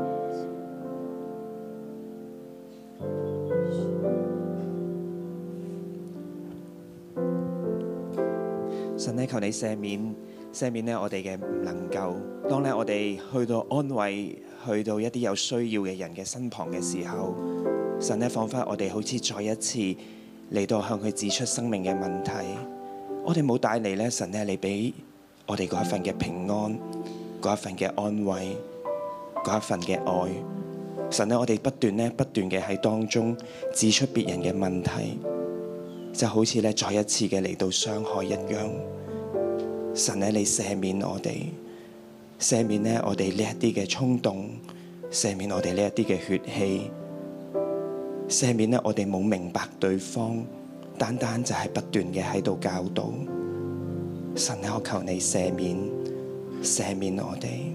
神咧，求你赦免，赦免咧我哋嘅唔能夠。當咧我哋去到安慰，去到一啲有需要嘅人嘅身旁嘅時候，神咧彷彿我哋好似再一次嚟到向佢指出生命嘅問題。我哋冇帶嚟咧，神咧你俾我哋嗰一份嘅平安，嗰一份嘅安慰，嗰一份嘅愛。神咧，我哋不斷咧不斷嘅喺當中指出別人嘅問題，就好似咧再一次嘅嚟到傷害一樣。神咧，你赦免我哋，赦免咧我哋呢一啲嘅衝動，赦免我哋呢一啲嘅血氣，赦免咧我哋冇明白對方，單單就係不斷嘅喺度教導。神咧，我求你赦免，赦免我哋。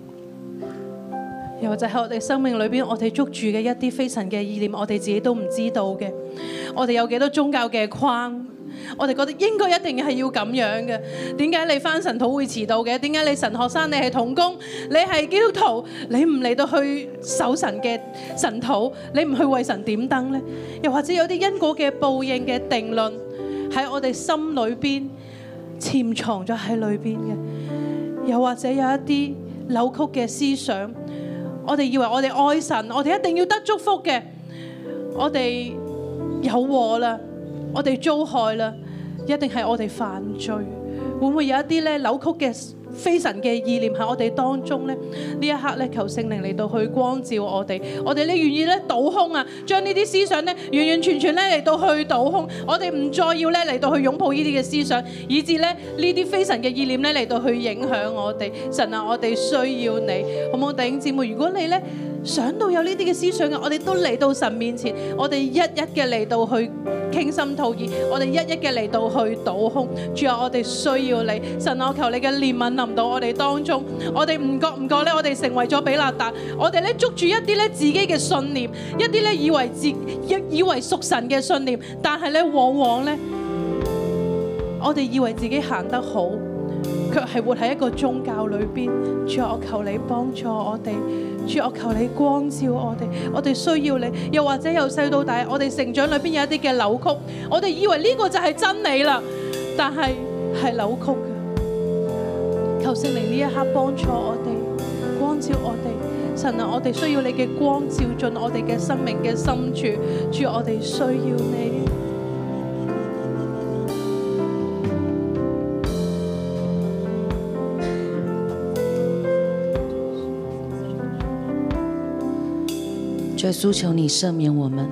又或者喺我哋生命裏邊，我哋捉住嘅一啲非神嘅意念，我哋自己都唔知道嘅。我哋有幾多宗教嘅框，我哋覺得應該一定係要咁樣嘅。點解你返神土會遲到嘅？點解你神學生，你係同工，你係基督徒，你唔嚟到去守神嘅神土，你唔去為神點燈呢？又或者有啲因果嘅報應嘅定論喺我哋心裏邊潛藏咗喺裏邊嘅。又或者有一啲扭曲嘅思想，我哋以為我哋愛神，我哋一定要得祝福嘅，我哋有禍啦，我哋遭害啦，一定係我哋犯罪。會唔會有一啲咧扭曲嘅非神嘅意念喺我哋當中咧？呢一刻咧，求聖靈嚟到去光照我哋，我哋咧願意咧倒空啊，將呢啲思想咧完完全全咧嚟到去倒空，我哋唔再要咧嚟到去擁抱呢啲嘅思想，以致咧呢啲非神嘅意念咧嚟到去影響我哋。神啊，我哋需要你，好唔好弟兄姊妹？如果你咧想到有呢啲嘅思想嘅，我哋都嚟到神面前，我哋一一嘅嚟到去傾心吐意，我哋一一嘅嚟到去倒空。主啊，我哋需要你，神啊，我求你嘅憐憫臨到我哋當中，我哋唔覺唔覺咧，我哋成為咗比勒達，我哋咧捉住一啲咧自己嘅信念，一啲咧以為自以以為屬神嘅信念，但係咧往往咧，我哋以為自己行得好，卻係活喺一個宗教裏邊。主啊，我求你幫助我哋。主，我求你光照我哋，我哋需要你。又或者由細到大，我哋成長裏邊有一啲嘅扭曲，我哋以為呢個就係真理啦，但係係扭曲嘅。求聖靈呢一刻幫助我哋，光照我哋。神啊，我哋需要你嘅光照進我哋嘅生命嘅深處。主，我哋需要你。 主耶穌，求你赦免我們，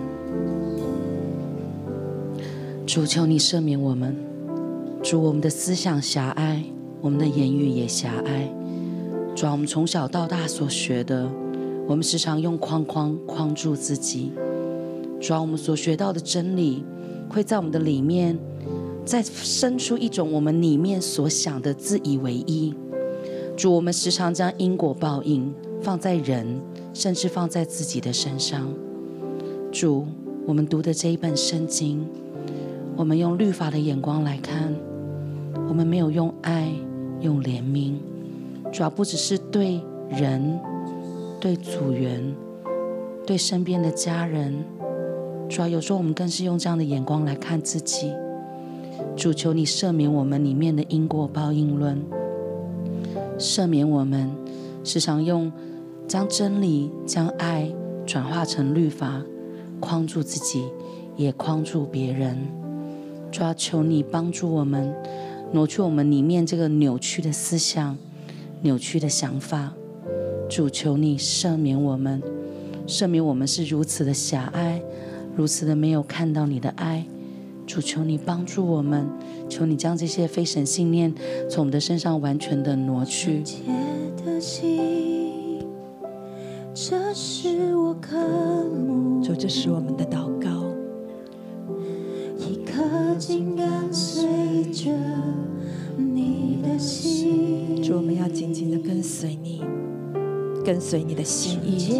主求你赦免我們，主我們的思想狹隘，我們的言語也狹隘。主，我們從小到大所學的，我們時常用框框框住自己。主，我們所學到的真理會在我們的裡面再生出一種我們裡面所想的自以為意。主，我們時常將因果報應放在人，甚至放在自己的身上。主，我們讀的這一本聖經，我們用律法的眼光來看，我們沒有用愛，用憐憫。主要不只是對人，對組員，對身邊的家人，主要有時候我們更是用這樣的眼光來看自己。主，求你赦免我們裡面的因果報應論，赦免我們時常用將真理、將愛轉化成律法，框住自己，也框住別人。主要求你幫助我們，挪去我們裡面這個扭曲的思想、扭曲的想法。主，求你赦免我們，赦免我們是如此的狹隘，如此的沒有看到你的愛。主，求你幫助我們，求你將這些非神信念從我們的身上完全的挪去。 這是我渴慕， 主，這是我們的禱告， 一顆緊跟隨着你的心。 主，我們要緊緊的跟隨你。 跟随你的心意。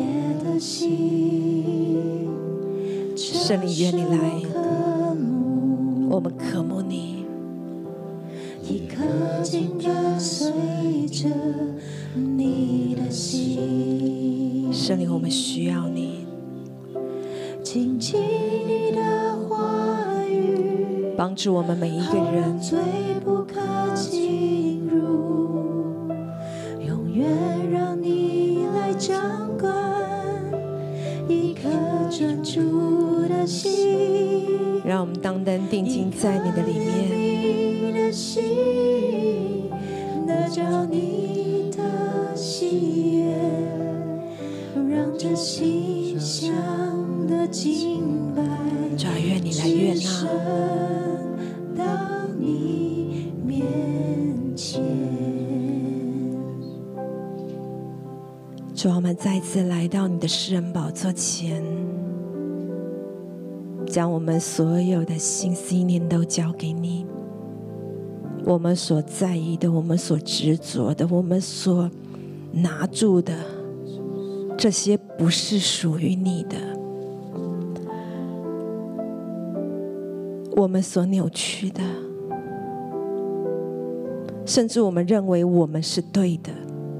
圣灵，愿你来，我们渴慕你， 一颗紧跟随着你的心。 圣灵，我们需要你， 谨记你的话语， 帮助我们每一个人， 最不可进入，永远让你来掌管，一颗专注的心， 让我们单单定睛在你的里面， 你的心得着你的喜悦，让这心香的敬拜， 主啊，愿你来悦纳， 到你面前。 主啊，我们再次来到你的施恩宝座前，将我们所有的心思意念都交给你，我们所在意的，我们所执着的，我们所拿住的，这些不是属于你的，我们所扭曲的，甚至我们认为我们是对的，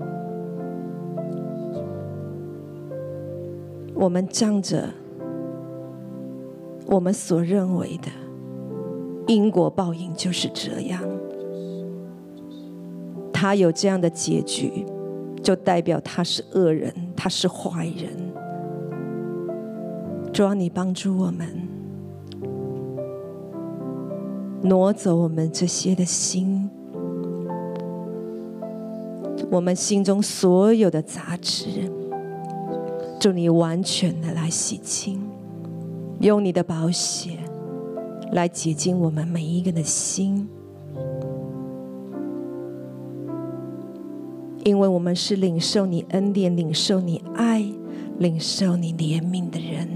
我们仗着我们所认为的因果报应就是这样，他有这样的结局，就代表他是恶人，他是坏人。主啊，你帮助我们挪走我们这些的心，我们心中所有的杂质，祝你完全的来洗净，用你的宝血来洁净我们每一个人的心，因为我们是领受你恩典、领受你爱、领受你怜悯的人，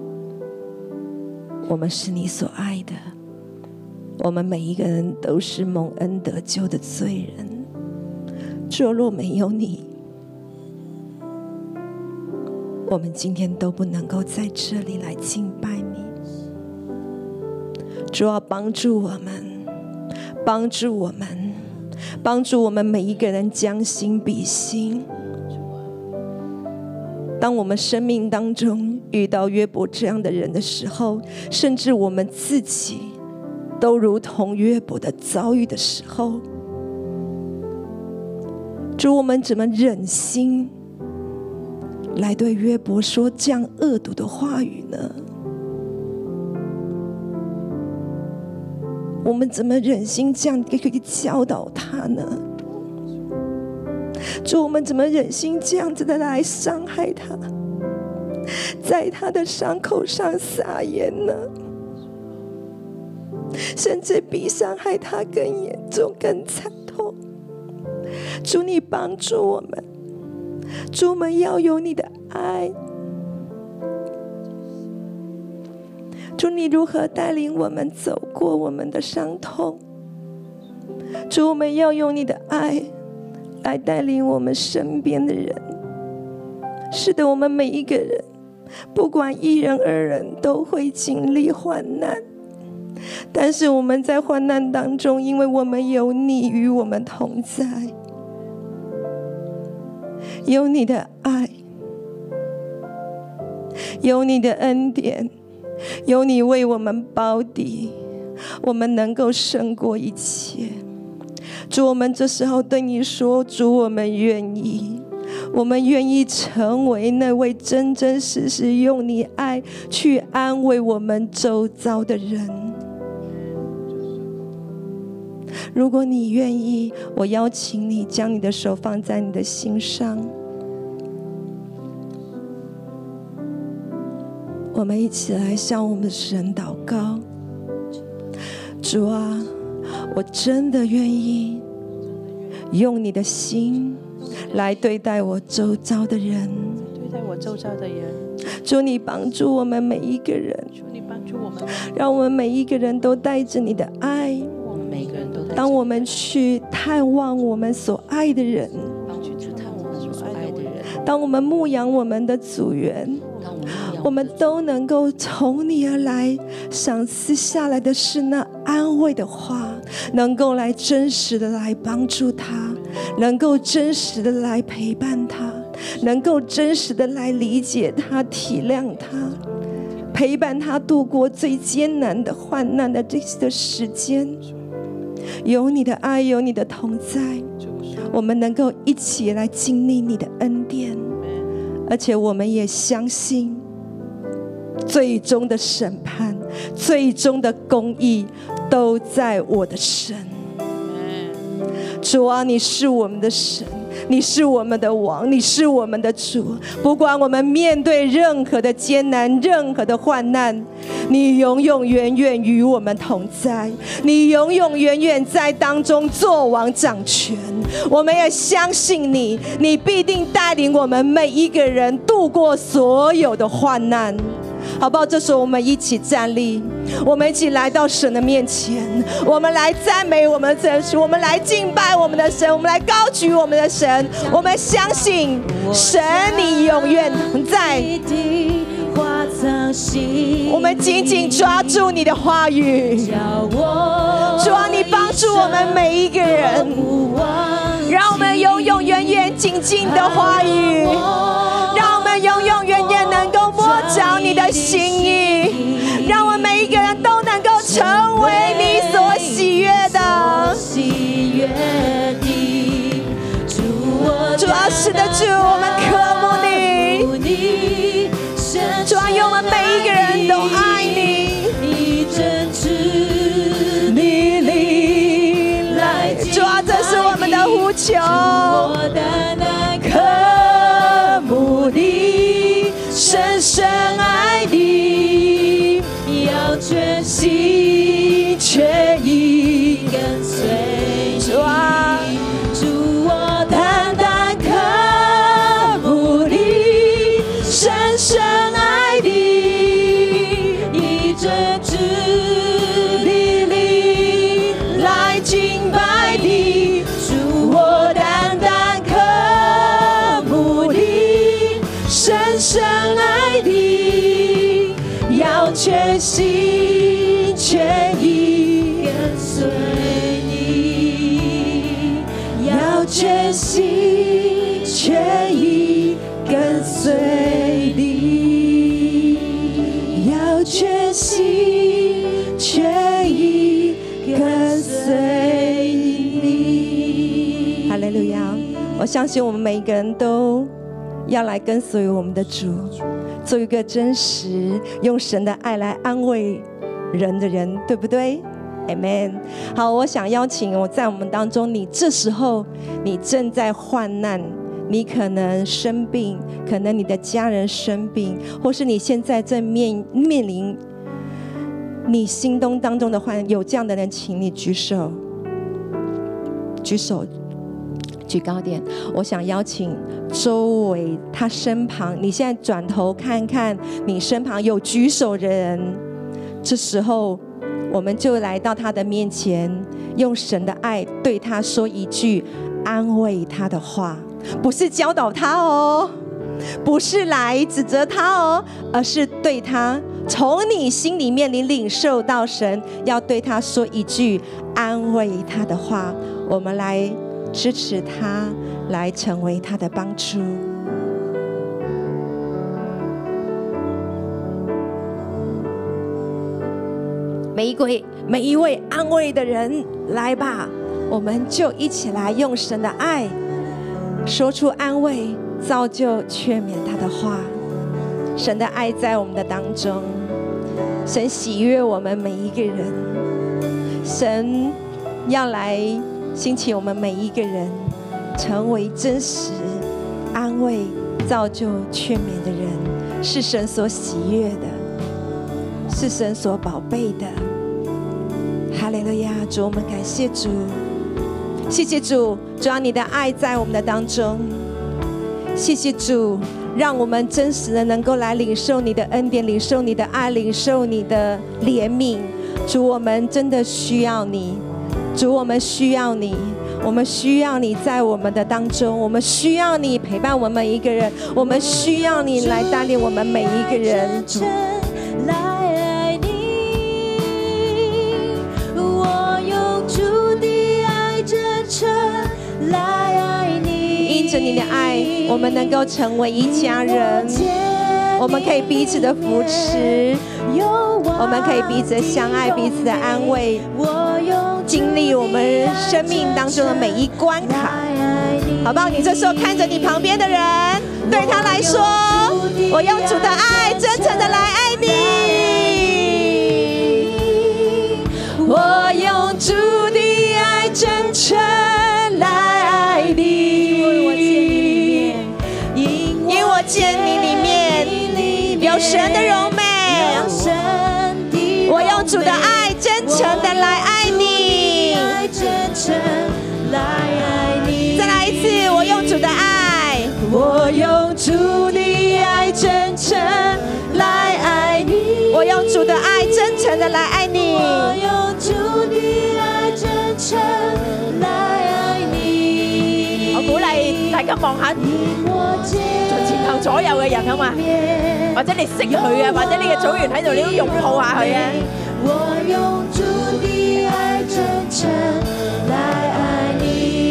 我们是你所爱的，我们每一个人都是蒙恩得救的罪人。主，若没有你，我们今天都不能够在这里来敬拜你。主要帮助我们，帮助我们，帮助我们每一个人将心比心。当我们生命当中遇到约伯这样的人的时候，甚至我们自己都如同约伯的遭遇的时候，主，我们怎么忍心来对约伯说这样恶毒的话语呢？我们怎么忍心这样可以教导他呢？主，我们怎么忍心这样子的来伤害他，在他的伤口上撒盐呢？甚至比伤害他更严重、更惨痛。主，你帮助我们，主，我们要有你的爱。主，你如何带领我们走过我们的伤痛？主，我们要用你的爱来带领我们身边的人。是的，我们每一个人，不管一人二人，都会经历患难。但是我们在患难当中，因为我们有你与我们同在，有你的爱，有你的恩典，有你为我们包底，我们能够胜过一切。主，我们这时候对你说，主，我们愿意，我们愿意成为那位真真实实用你爱去安慰我们周遭的人。如果你愿意，我邀请你将你的手放在你的心上，我们一起来向我们的神祷告。主啊，我真的愿意用你的心来对待我周遭的人， 对待我周遭的人。 主，你帮助我们每一个人， 求你帮助我们， 让我们每一个人都带着你的爱， 我们每个人都带着当我们去探望我们所爱的人， 帮去去探我们所爱的人， 当我们牧养我们的组员，我们都能够从你而来，赏赐下来的是那安慰的话，能够来真实的来帮助他，能够真实的来陪伴他，能够真实的来理解他，体谅他，陪伴他度过最艰难的患难的这些时间。有你的爱，有你的同在，我们能够一起来经历你的恩典，而且我们也相信最终的审判，最终的公义都在我的神。主啊，你是我们的神，你是我们的王，你是我们的主。不管我们面对任何的艰难，任何的患难，你永永远远与我们同在，你永永远远在当中作王掌权。我们也相信你，你必定带领我们每一个人度过所有的患难。好不好？这时候我们一起站立，我们一起来到神的面前，我们来赞美我们的神，我们来敬拜我们的神，我们来高举我们的神。我们相信神，你永远同在。我们紧紧抓住你的话语，主啊，你帮助我们每一个人，让我们永永远远紧紧的话语，让我们永永远远能够摸着你的心意，让我们每一个人都能够成为你所喜悦的。主啊，是的，主，我们渴慕你。主啊，愿我们每一个人都爱你。主啊，这是我们的呼求。渴慕你，深深爱你，要全心全意跟随你。主啊，主，我单单渴慕你，深深爱你，以真挚的灵来敬拜你。主，我单单渴慕你，深深爱你，要全心全意跟随你，要全心全意跟随你，要全心全意跟随你。哈利路亚！我相信我们每一个人都要来跟随我们的主，做一个真实用神的爱来安慰人的人，对不对？ Amen。 好，我想邀请我在我们当中，你这时候你正在患难，你可能生病，可能你的家人生病，或是你现在正面面临你心中当中的患难，有这样的人，请你举手，举手。 举高点，我想邀请周围他身旁，你现在转头看看你身旁有举手的人，这时候我们就来到他的面前，用神的爱对他说一句安慰他的话，不是教导他哦，不是来指责他哦，而是对他从你心里面你领受到神要对他说一句安慰他的话，我们来 支持他，来成为他的帮助。每一位每一位安慰的人，来吧，我们就一起来用神的爱说出安慰，造就劝勉他的话。神的爱在我们的当中，神喜悦我们每一个人，神要来 兴起我们每一个人，成为真实安慰、造就、劝勉的人，是神所喜悦的，是神所宝贝的。哈利路亚！主，我们感谢主，谢谢主，主啊，你的爱在我们的当中，谢谢主，让我们真实的能够来领受你的恩典，领受你的爱，领受你的怜悯。主，我们真的需要你。 主，我们需要你，我们需要你在我们的当中，我们需要你陪伴我们每一个人，我们需要你来带领我们每一个人。主， 来爱你，我用主的爱真诚来爱你。 因着你的爱，我们能够成为一家人，我们可以彼此的扶持，我们可以彼此的相爱，彼此的安慰，经历我们生命当中的每一关卡，好不好？你这时候看着你旁边的人，对他来说，我用主的爱真诚的来爱你，我用主的爱真诚来爱你，因我见你里面有神的荣美，我用主的爱真诚的来爱你，再来一次，我用主的爱，我用主的爱真诚来爱你，我用主的愛真誠的來愛你， 我用主的愛真誠來愛你。 我鼓勵大家望下前後左右嘅人好嘛？或者你識佢嘅，或者你嘅組員喺度，你都擁抱下佢啊！ 我用主的愛真誠來愛你，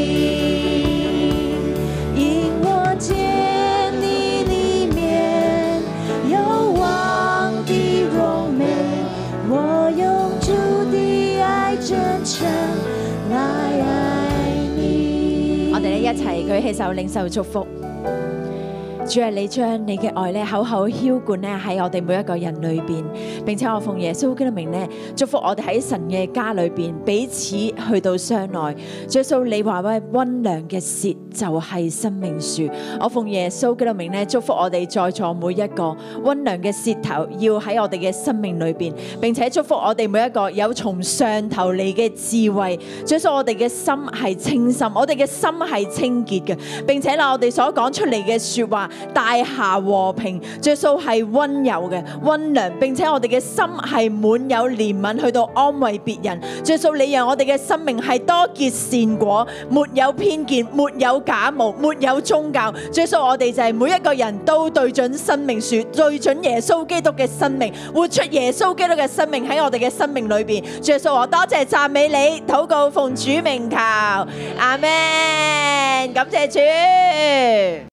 因我見你裡面有王的榮美，我用主的愛真誠來愛你。 我哋咧一齊舉起手領受祝福。主啊，你將你嘅愛咧厚厚澆灌咧喺我哋每一個人裏邊，並且我奉耶穌基督名咧祝福我哋喺神嘅家裏邊彼此去到相愛。主耶穌，你話喂溫良嘅舌就係生命樹，我奉耶穌基督名咧祝福我哋在座每一個溫良嘅舌頭要喺我哋嘅生命裏邊，並且祝福我哋每一個有從上頭嚟嘅智慧。主耶穌，我哋嘅心係清心，我哋嘅心係清潔嘅，並且啦我哋所講出嚟嘅說話大下和平，主耶穌係溫柔嘅溫良，並且我哋嘅心係滿有憐憫去到安慰別人。主耶穌，你讓我哋嘅生命係多結善果，沒有偏見，沒有假冒，沒有宗教。主耶穌，我哋就係每一個人都對準生命樹，對準耶穌基督嘅生命，活出耶穌基督嘅生命喺我哋嘅生命裏邊。主耶穌，我多謝讚美你，禱告奉主名求，阿們，感謝主。